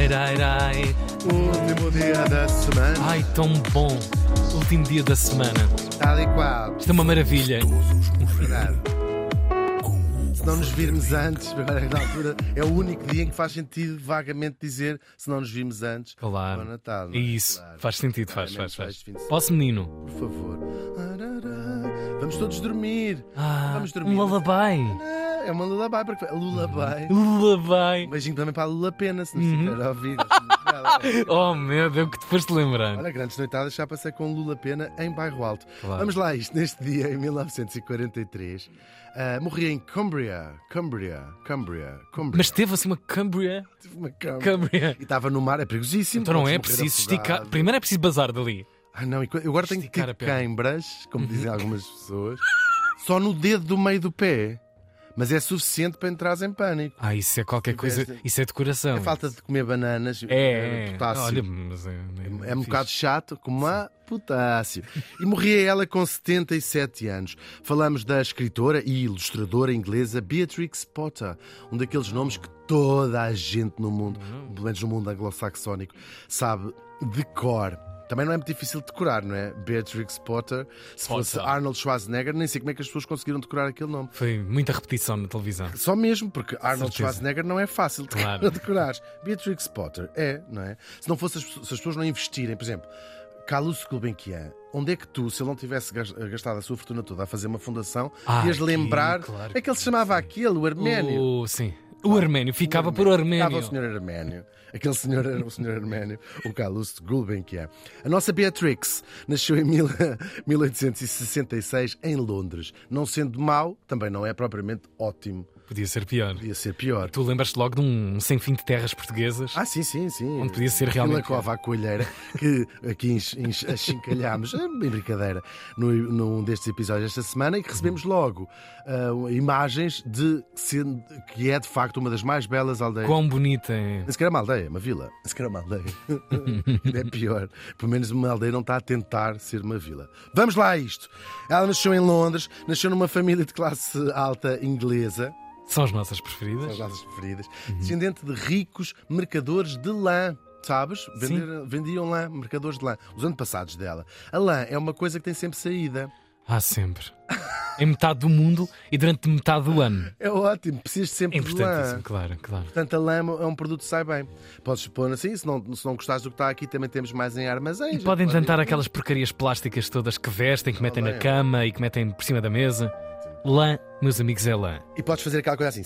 ai. Último dia da semana. Ai, tão bom. Último dia da semana. Tal e qual. Isto é uma maravilha. Verdade. Se não nos virmos antes, agora na altura é o único dia em que faz sentido vagamente dizer se não nos virmos antes. Claro. Bom Natal, não é? Isso, Claro. faz sentido, faz. Menos este fim de semana. Posso, menino? Por favor. Vamos todos dormir. Vamos dormir. Um lullaby. É uma lullaby. Porque... Lullaby. Lullaby. Um beijinho também para a Lula Pena, se nos estiver a ouvir. Oh, meu Deus, que depois te lembrar. Olha, grandes noitadas já passei com Lula Pena em Bairro Alto. Claro. Vamos lá, isto neste dia, em 1943, morria em Cumbria. Mas teve assim uma Cumbria. Tive uma Cumbria. Cumbria. E estava no mar, é perigosíssimo. Então não podes é morrer preciso afogado. esticar. Primeiro é preciso bazar dali. Não, eu agora tenho Esticar tipo a perna. queimbras, como dizem algumas pessoas, só no dedo do meio do pé. Mas é suficiente para entrares em pânico. Isso é qualquer coisa. Isso é decoração. É falta de comer bananas, É. potássio. Olha, mas É um bocado chato, como há potássio. E morria ela com 77 anos. Falamos da escritora e ilustradora inglesa Beatrix Potter, um daqueles nomes que toda a gente no mundo, pelo menos no mundo anglo-saxónico, sabe de cor. Também não é muito difícil de decorar, não é? Beatrix Potter. Se fosse Arnold Schwarzenegger, nem sei como é que as pessoas conseguiram decorar aquele nome. Foi muita repetição na televisão. Só mesmo, porque Arnold Certeza. Schwarzenegger não é fácil de Claro. decorar. Beatrix Potter é, não é? Se não fosse se as pessoas não investirem, por exemplo, Calouste Gulbenkian, onde é que tu, se ele não tivesse gastado a sua fortuna toda a fazer uma fundação, ias lembrar. claro. É que ele se chamava aquele, o Arménio. Sim. O Arménio, ficava por Arménio. Estava o senhor Arménio. Aquele senhor era o senhor Arménio, o Calouste Gulbenkian. A nossa Beatrix nasceu em 1866 em Londres. Não sendo mau, também não é propriamente ótimo. Podia ser pior. Podia ser pior. Tu lembras-te logo de um sem fim de terras portuguesas? Sim. Onde podia ser realmente Aquela cova à coelheira que aqui achincalhámos, em brincadeira, num destes episódios esta semana, e que recebemos logo imagens que é de facto uma das mais belas aldeias. Quão bonita é. Nem sequer é uma aldeia, é uma vila. Nem sequer é uma aldeia. Ainda é pior. Pelo menos uma aldeia não está a tentar ser uma vila. Vamos lá a isto. Ela nasceu em Londres, nasceu numa família de classe alta inglesa. São as nossas preferidas. São as nossas preferidas. Descendente de ricos mercadores de lã. Sabes? Vendiam lã, mercadores de lã. Os antepassados dela. A lã é uma coisa que tem sempre saída. Sempre. Em metade do mundo e durante metade do ano. É ótimo, precisas sempre de lã. Importantíssimo, claro. Portanto, a lã é um produto que sai bem. Podes pôr assim, se não gostares do que está aqui, também temos mais em armazéns. E podem tentar aquelas porcarias plásticas todas que vestem, que metem na cama e que metem por cima da mesa. Lã, meus amigos, é lã. E podes fazer aquela coisa assim.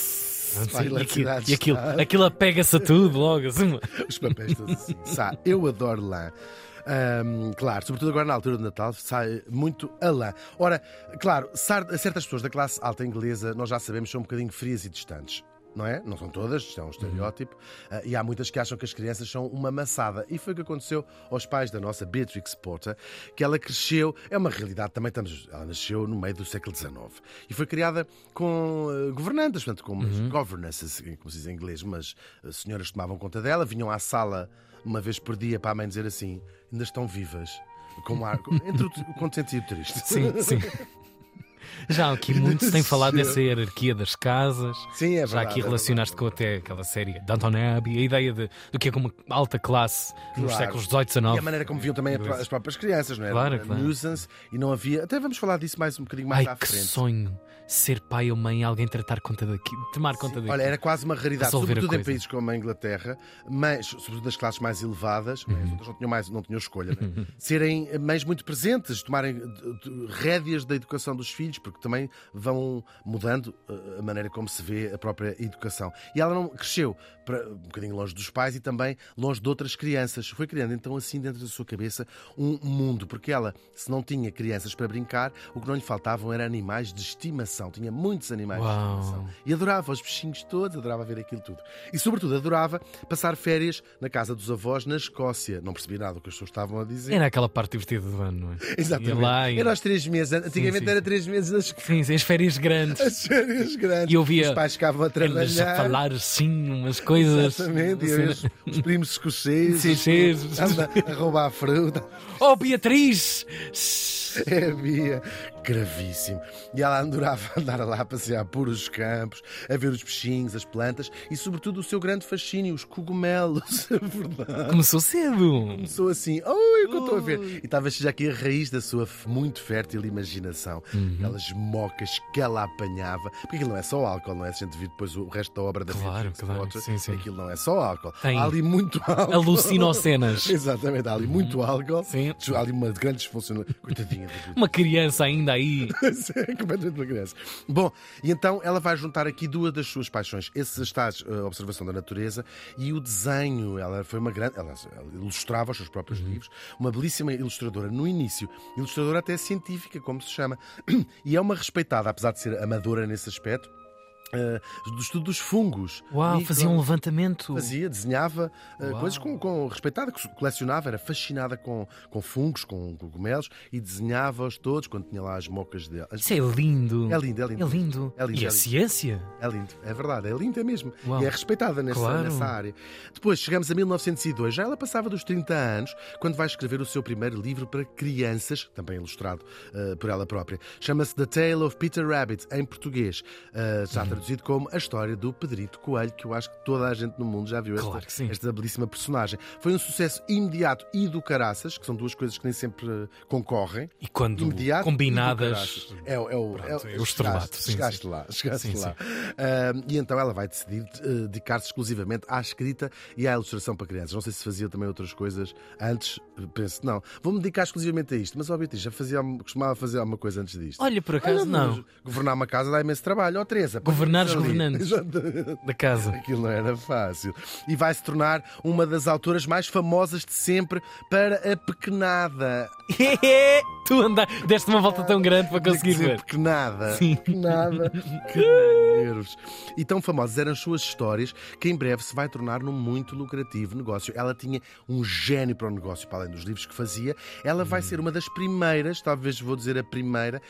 E aquilo apega-se a tudo logo. Assim. Os papéis todos assim. Eu adoro lã. Claro, sobretudo agora na altura do Natal, sai muito a lã. Ora, claro, certas pessoas da classe alta inglesa, nós já sabemos, são um bocadinho frias e distantes. Não é? Não são todas, isto é um estereótipo. E há muitas que acham que as crianças são uma maçada. E foi o que aconteceu aos pais da nossa Beatrix Potter, que ela cresceu, é uma realidade, também ela nasceu no meio do século XIX. E foi criada com governantas, portanto, com governesses, como se diz em inglês, mas as senhoras tomavam conta dela, vinham à sala uma vez por dia para a mãe dizer assim, ainda estão vivas. Com sentido triste. Sim. Já aqui muito se tem falado dessa hierarquia das casas. Sim, é verdade. Já aqui relacionaste com até aquela série Downton Abbey, a ideia do que é como uma alta classe nos séculos XVIII, XIX. E a maneira como viam também as próprias crianças, não é? Claro. Nuisance, e não havia. Até vamos falar disso mais um bocadinho mais à frente. Que sonho ser pai ou mãe, alguém tomar conta daquilo. Olha, era quase uma raridade, sobretudo em países como a Inglaterra, mas sobretudo das classes mais elevadas, as outras não tinham escolha, né? Serem mães muito presentes, tomarem rédeas da educação dos filhos, porque também vão mudando a maneira como se vê a própria educação. E ela não cresceu um bocadinho longe dos pais e também longe de outras crianças. Foi criando então assim dentro da sua cabeça um mundo, porque ela, se não tinha crianças para brincar, o que não lhe faltavam eram animais de estimação. Tinha muitos animais de estimação. E adorava os bichinhos todos, adorava ver aquilo tudo. E sobretudo adorava passar férias na casa dos avós na Escócia. Não percebi nada do que as pessoas estavam a dizer. Era aquela parte divertida do ano, não é? Exatamente. Era aos 3 meses. Antigamente era 3 meses das... Sim, as férias grandes. As férias grandes. E eu via os pais ficavam a trabalhar. Eles a falar assim, umas coisas. Exatamente. E os primos escoceses. A roubar a fruta. Oh, Beatriz! É a Bia. Gravíssimo. E ela adorava andar lá a passear por os campos, a ver os peixinhos, as plantas e, sobretudo, o seu grande fascínio, os cogumelos. É verdade. Começou cedo. Começou assim, oi, o que eu estou a ver. E estava já aqui a raiz da sua muito fértil imaginação. Aquelas mocas que ela apanhava. Porque aquilo não é só álcool, não é? Se a gente vir depois o resto da obra da Claro. Sim. aquilo não é só álcool. Tem Há ali muito álcool. alucinocenas. Exatamente, há ali muito álcool. Sim. Há ali uma grande disfuncionalidade. Coitadinha da Bia. Uma criança ainda aí. É completamente uma criança. Bom, e então ela vai juntar aqui duas das suas paixões. Esse está a observação da natureza e o desenho. Ela foi uma grande... Ela ilustrava os seus próprios livros. Uma belíssima ilustradora no início. Ilustradora até científica, como se chama. E é uma respeitada, apesar de ser amadora nesse aspecto, do estudo dos fungos. Uau, fazia um levantamento. Fazia, desenhava coisas com respeitada, colecionava, era fascinada com fungos, com cogumelos e desenhava-os todos quando tinha lá as mocas dele. Isso é lindo. É lindo, é lindo. É lindo. É lindo, E a ciência? É lindo, é verdade, é lindo, é mesmo. Uau. E é respeitada nessa área. Depois chegamos a 1902, já ela passava dos 30 anos, quando vai escrever o seu primeiro livro para crianças, também ilustrado por ela própria. Chama-se The Tale of Peter Rabbit, em português. Já traduzido como A História do Pedrito Coelho, que eu acho que toda a gente no mundo já viu esta belíssima personagem. Foi um sucesso imediato e do caraças, que são duas coisas que nem sempre concorrem. E quando imediato combinadas... É o estrelato. Chegaste lá. E então ela vai decidir dedicar-se exclusivamente à escrita e à ilustração para crianças. Não sei se fazia também outras coisas antes. Penso, não, vou-me dedicar exclusivamente a isto. Mas, ó Beatriz, costumava fazer alguma coisa antes disto? Olha, por acaso não. Governar uma casa dá imenso trabalho. Ó, Teresa, governar os governantes da casa. Aquilo não era fácil. E vai se tornar uma das autoras mais famosas de sempre para a pequenada. Tu deste uma volta tão grande para conseguir ver. Pequenada. Sim. Pequenada. Que nervos. E tão famosas eram as suas histórias que em breve se vai tornar num muito lucrativo negócio. Ela tinha um gênio para o negócio, para além dos livros que fazia. Ela vai ser uma das primeiras, talvez vou dizer a primeira,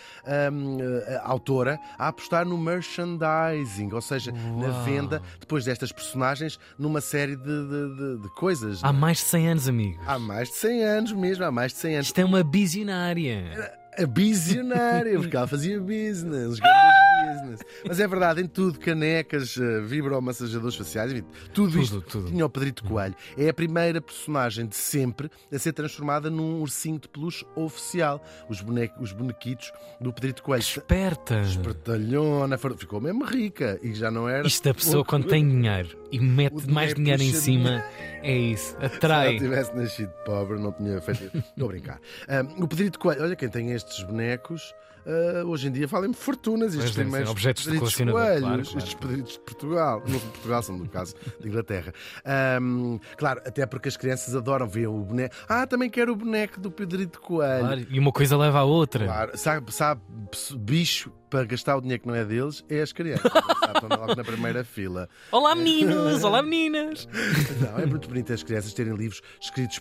autora a apostar no merchandising, ou seja, na venda, depois destas personagens, numa série de coisas. Há mais de 100 anos, amigos. Há mais de 100 anos mesmo, há mais de 100 anos. Isto é uma visionária. A visionária, porque ela fazia business, grandes business. Mas é verdade, em tudo, canecas, vibromassajadores faciais, enfim, tudo isto tinha o Pedrito Coelho. É a primeira personagem de sempre a ser transformada num ursinho de peluche oficial. Os bonequitos do Pedrito Coelho. Esperta! Espertalhona, ficou mesmo rica e já não era. Isto da pessoa quando tem dinheiro e mete mais dinheiro em cima, é isso, atrai. Se ela tivesse nascido pobre, não tinha feito. Estou a brincar. O Pedrito Coelho, olha, quem tem estes bonecos. Hoje em dia valem-me fortunas estes primeiros objetos de Pedritos colecionador, Coelhos, estes Pedritos de Portugal. Não de Portugal, são do caso de Inglaterra. Claro, até porque as crianças adoram ver o boneco. Também quero o boneco do Pedrito Coelho. Claro, e uma coisa leva à outra. Claro, sabe bicho para gastar o dinheiro que não é deles é as crianças. Estão logo na primeira fila. Olá meninos, olá meninas. Não, é muito bonito as crianças terem livros escritos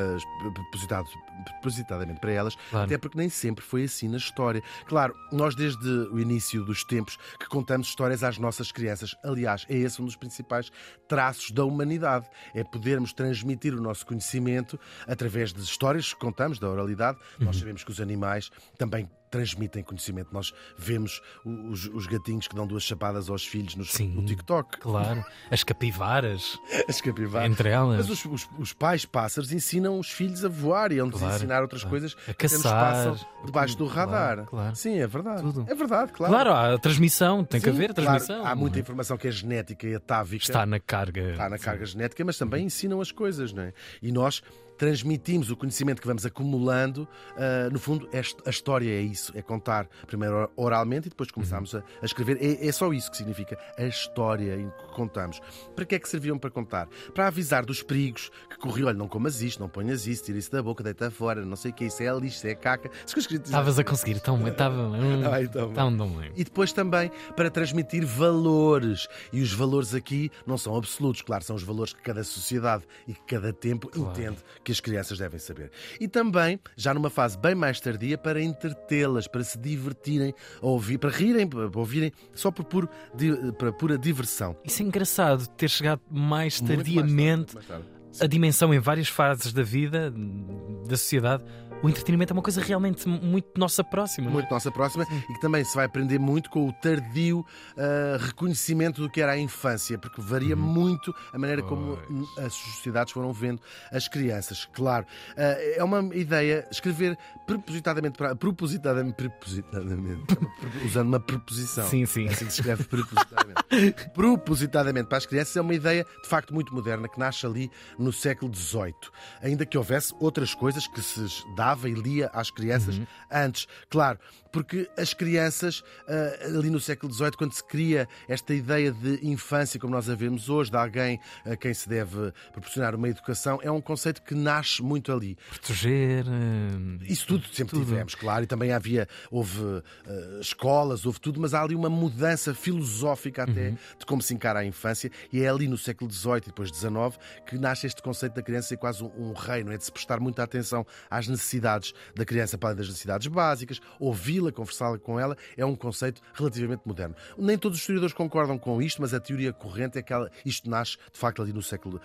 propositadamente para elas, claro. Até porque nem sempre foi assim na história. Claro, nós desde o início dos tempos que contamos histórias às nossas crianças. Aliás, é esse um dos principais traços da humanidade. É podermos transmitir o nosso conhecimento através das histórias que contamos, da oralidade. Nós sabemos que os animais também transmitem conhecimento. Nós vemos os gatinhos que dão 2 chapadas aos filhos no TikTok. Claro, as capivaras. As capivaras. Entre elas. Mas os pais pássaros ensinam os filhos a voar e a-nos ensinar outras coisas a caçar, que nos passam debaixo do radar. Claro. Sim, é verdade. Tudo. É verdade, claro. Claro, há a transmissão, tem que haver a transmissão. Claro, há muita informação que é genética e atávica. Está na carga. Está na carga genética, mas também ensinam as coisas, não é? E nós transmitimos o conhecimento que vamos acumulando. No fundo, a história é isso, é contar primeiro oralmente e depois começamos a escrever. É só isso que significa a história em que contamos. Para que é que serviam para contar? Para avisar dos perigos que corriam. Olha, não comas isto, não ponhas isso, tira isso da boca, deita fora, não sei o que, isso é lixo, isso é caca. Estavas a conseguir, tão bem. E depois também para transmitir valores. E os valores aqui não são absolutos, claro, são os valores que cada sociedade e que cada tempo entende que as crianças devem saber. E também, já numa fase bem mais tardia, para entretê-las, para se divertirem, a ouvir, para rirem, para ouvirem, só por pura diversão. Isso é engraçado, ter chegado mais tardiamente a dimensão em várias fases da vida, da sociedade. O entretenimento é uma coisa realmente muito nossa próxima. Muito nossa próxima. Sim. E que também se vai aprender muito com o tardio reconhecimento do que era a infância, porque varia muito a maneira como as sociedades foram vendo as crianças. Claro, é uma ideia escrever propositadamente, usando uma preposição. Sim, sim. É assim que se escreve propositadamente. Propositadamente para as crianças é uma ideia de facto muito moderna que nasce ali no século XVIII. Ainda que houvesse outras coisas que se dava e lia às crianças antes. Claro, porque as crianças, ali no século XVIII, quando se cria esta ideia de infância, como nós a vemos hoje, de alguém a quem se deve proporcionar uma educação, é um conceito que nasce muito ali. Proteger... Isso tudo sempre tivemos, claro, e também houve escolas, houve tudo, mas há ali uma mudança filosófica até de como se encara a infância, e é ali no século XVIII e depois XIX que nasce este conceito da criança ser quase um reino, é de se prestar muita atenção às necessidades da criança, para além das necessidades básicas, ouvi-la, conversá-la com ela, é um conceito relativamente moderno. Nem todos os historiadores concordam com isto, mas a teoria corrente é que isto nasce, de facto, ali no século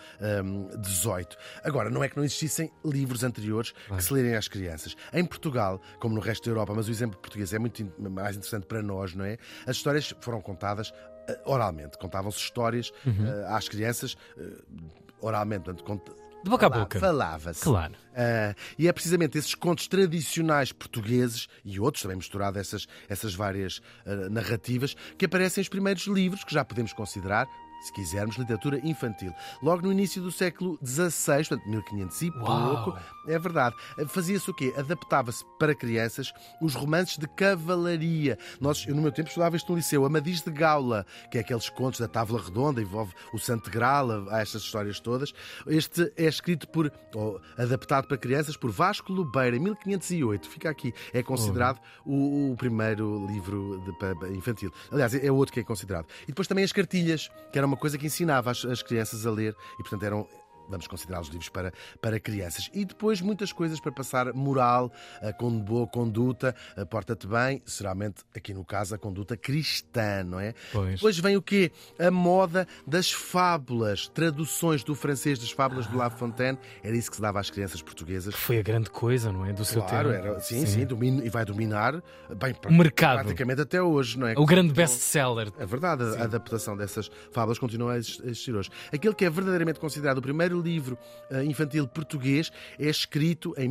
XVIII. Agora, não é que não existissem livros anteriores que se lerem às crianças. Em Portugal, como no resto da Europa, mas o exemplo português é muito mais interessante para nós, não é? As histórias foram contadas oralmente. Contavam-se histórias às crianças oralmente, portanto, de boca a boca. Falava-se. Claro. E é precisamente esses contos tradicionais portugueses e outros, também misturado essas várias narrativas, que aparecem os primeiros livros que já podemos considerar, se quisermos, literatura infantil. Logo no início do século XVI, portanto 1500 e pouco, é verdade. Fazia-se o quê? Adaptava-se para crianças os romances de cavalaria. Eu no meu tempo estudava isto no liceu, Amadis de Gaula, que é aqueles contos da Távola Redonda, envolve o Santo Graal, há estas histórias todas. Este é escrito adaptado para crianças por Vasco Lobeira, em 1508. Fica aqui. É considerado o primeiro livro infantil. Aliás, é outro que é considerado. E depois também as cartilhas, que era uma coisa que ensinava as crianças a ler e, portanto, eram... Vamos considerar os livros para crianças. E depois muitas coisas para passar moral, com boa conduta, porta-te bem, geralmente, aqui no caso, a conduta cristã, não é? Pois. Depois vem o quê? A moda das fábulas, traduções do francês das fábulas de La Fontaine. Era isso que se dava às crianças portuguesas. Foi a grande coisa, não é? Do seu tempo. Claro, sim, e vai dominar bem, o mercado. Praticamente até hoje, não é? O grande best-seller. É verdade, a adaptação dessas fábulas continua a existir hoje. Aquele que é verdadeiramente considerado o primeiro livro infantil português é escrito em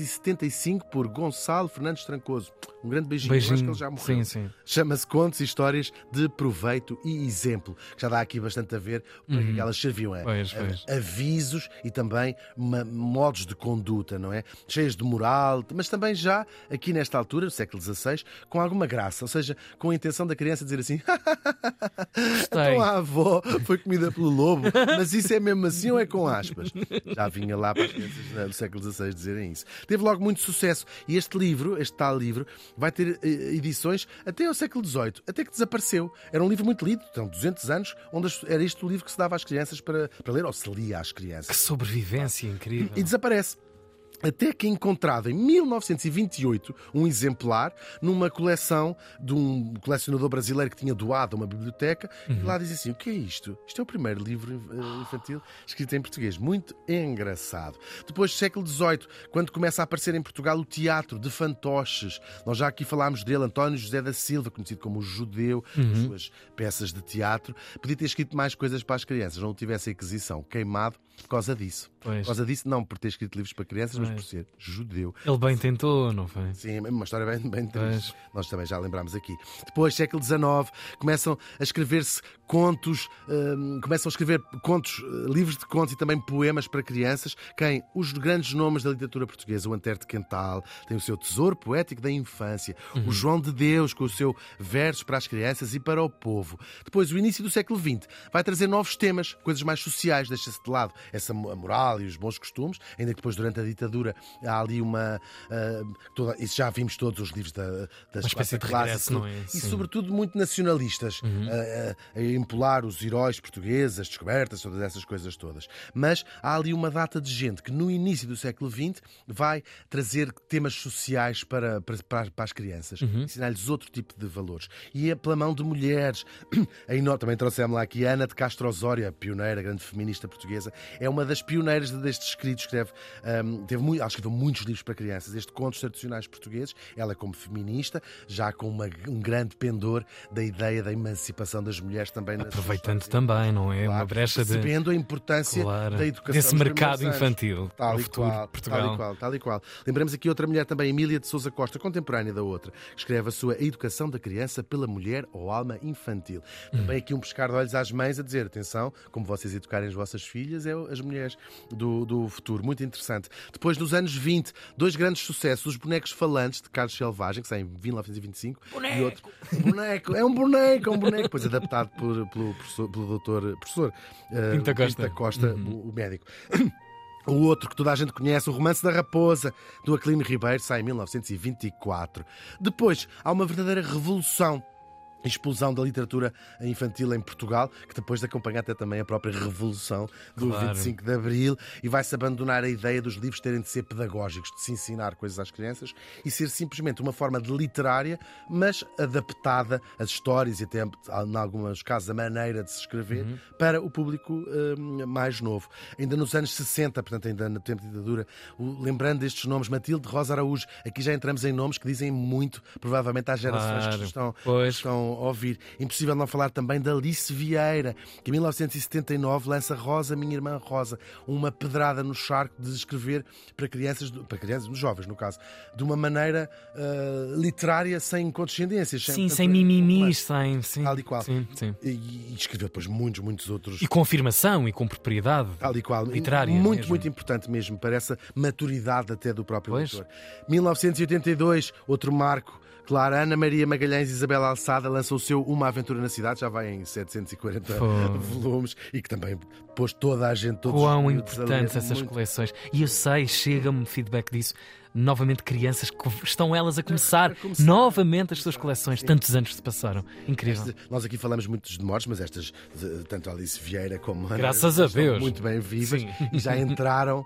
1575 por Gonçalo Fernandes Trancoso. Um grande beijinho. Eu acho que ele já morreu. Sim. Chama-se Contos e Histórias de Proveito e Exemplo, que já dá aqui bastante a ver para que elas serviam avisos e também modos de conduta, não é? Cheias de moral, mas também já aqui nesta altura, no século XVI, com alguma graça, ou seja, com a intenção da criança dizer assim: então a avó foi comida pelo lobo, mas isso é mesmo assim ou é com aspas? Já vinha lá para as crianças do século XVI dizerem isso. Teve logo muito sucesso e este tal livro, vai ter edições até ao século XVIII, até que desapareceu. Era um livro muito lido, então 200 anos, onde era este o livro que se dava às crianças para ler, ou se lia às crianças. Que sobrevivência incrível. E desaparece. Até que é encontrado em 1928 um exemplar numa coleção de um colecionador brasileiro que tinha doado a uma biblioteca e lá diz assim: o que é isto? Isto é o primeiro livro infantil escrito em português. Muito engraçado. Depois do século XVIII, quando começa a aparecer em Portugal o teatro de fantoches. Nós já aqui falámos dele, António José da Silva, conhecido como o Judeu, as suas peças de teatro. Podia ter escrito mais coisas para as crianças, não tivesse a Inquisição queimado por causa disso. Pois. Por causa disso, não por ter escrito livros para crianças, mas por ser judeu. Ele bem tentou, não foi? Sim, uma história bem triste. Nós também já lembramos aqui. Depois, século XIX, começam a escrever-se contos, livros de contos e também poemas para crianças. Os grandes nomes da literatura portuguesa, o Antero de Quental, tem o seu tesouro poético da infância, o João de Deus, com o seu versos para as crianças e para o povo. Depois, o início do século XX vai trazer novos temas, coisas mais sociais, deixa-se de lado a moral e os bons costumes, ainda que depois, durante a ditadura, ditadura, há ali isso já vimos todos os livros das espécie de regresso, não é? E sobretudo muito nacionalistas, a empolar os heróis portugueses, as descobertas, todas essas coisas todas. Mas há ali uma data de gente que no início do século XX vai trazer temas sociais para as crianças, ensinar-lhes outro tipo de valores. E é pela mão de mulheres. Também trouxemos lá aqui Ana de Castro Osório, a pioneira, a grande feminista portuguesa. É uma das pioneiras destes escritos, que escreveu muitos livros para crianças, estes contos tradicionais portugueses. Ela como feminista, já com um grande pendor da ideia da emancipação das mulheres também. Aproveitando também, não é? Claro, uma brecha percebendo a importância da educação desse mercado infantil para o futuro de Portugal. Tal e qual. Lembramos aqui outra mulher também, Emília de Sousa Costa, contemporânea da outra, que escreve a sua Educação da Criança pela Mulher ou Alma Infantil. Também aqui um pescar de olhos às mães a dizer, atenção, como vocês educarem as vossas filhas, é as mulheres do futuro. Muito interessante. Depois, nos anos 20, dois grandes sucessos, Os Bonecos Falantes, de Carlos Selvagem, que sai em 1925. Boneco! E outro, é um boneco, depois adaptado pelo professor Pinta Costa, o médico. O outro que toda a gente conhece, O Romance da Raposa, do Aquilino Ribeiro, sai em 1924. Depois, há uma verdadeira revolução, a explosão da literatura infantil em Portugal, que depois de acompanhar até também a própria Revolução do 25 de Abril, e vai-se abandonar a ideia dos livros terem de ser pedagógicos, de se ensinar coisas às crianças e ser simplesmente uma forma de literária, mas adaptada às histórias e até, em alguns casos, a maneira de se escrever para o público mais novo. Ainda nos anos 60, portanto, ainda no tempo de ditadura, lembrando destes nomes, Matilde Rosa Araújo, aqui já entramos em nomes que dizem muito, provavelmente, às gerações que estão a ouvir. Impossível não falar também da Alice Vieira, que em 1979 lança Rosa, Minha Irmã Rosa, uma pedrada no charco de escrever para crianças, nos jovens, no caso, de uma maneira literária, sem condescendências. Sem mimimis, tal e qual. Sim. E escreveu depois muitos outros. E com afirmação e com propriedade tal e qual. Literária. Muito importante mesmo, para essa maturidade até do próprio leitor. 1982, outro marco. Claro, Ana Maria Magalhães e Isabela Alçada lançam o seu Uma Aventura na Cidade, já vai em 740 volumes, e que também pôs toda a gente, todos quão importantes essas coleções. E eu sei, chega-me feedback disso. Novamente crianças que estão elas a começar novamente as suas coleções. Tantos anos se passaram. Incrível. Nós aqui falamos muitos de mortes, mas estas, tanto Alice Vieira como Ana, graças a Deus, muito bem vivas. Sim. E já entraram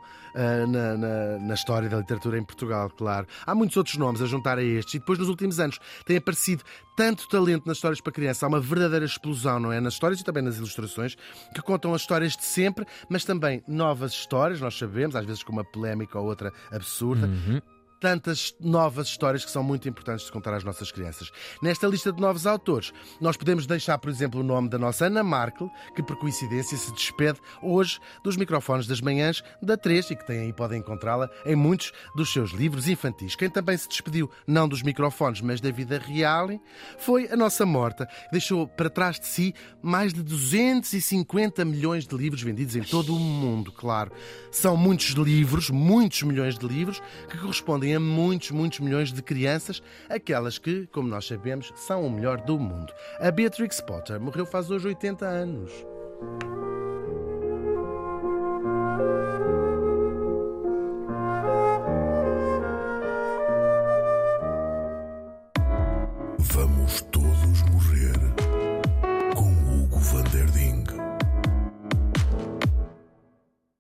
na história da literatura em Portugal, claro. Há muitos outros nomes a juntar a estes, e depois nos últimos anos tem aparecido tanto talento nas histórias para criança. Há uma verdadeira explosão, não é? Nas histórias e também nas ilustrações, que contam as histórias de sempre, mas também novas histórias, nós sabemos, às vezes com uma polémica ou outra absurda. Tantas novas histórias que são muito importantes de contar às nossas crianças. Nesta lista de novos autores, nós podemos deixar, por exemplo, o nome da nossa Ana Markel, que por coincidência se despede hoje dos microfones das manhãs da 3 e que podem encontrá-la em muitos dos seus livros infantis. Quem também se despediu, não dos microfones, mas da vida real, foi a nossa Morta, que deixou para trás de si mais de 250 milhões de livros vendidos em todo o mundo, claro. São muitos livros, muitos milhões de livros, que correspondem a muitos milhões de crianças, aquelas que, como nós sabemos, são o melhor do mundo. A Beatrix Potter morreu faz hoje 80 anos.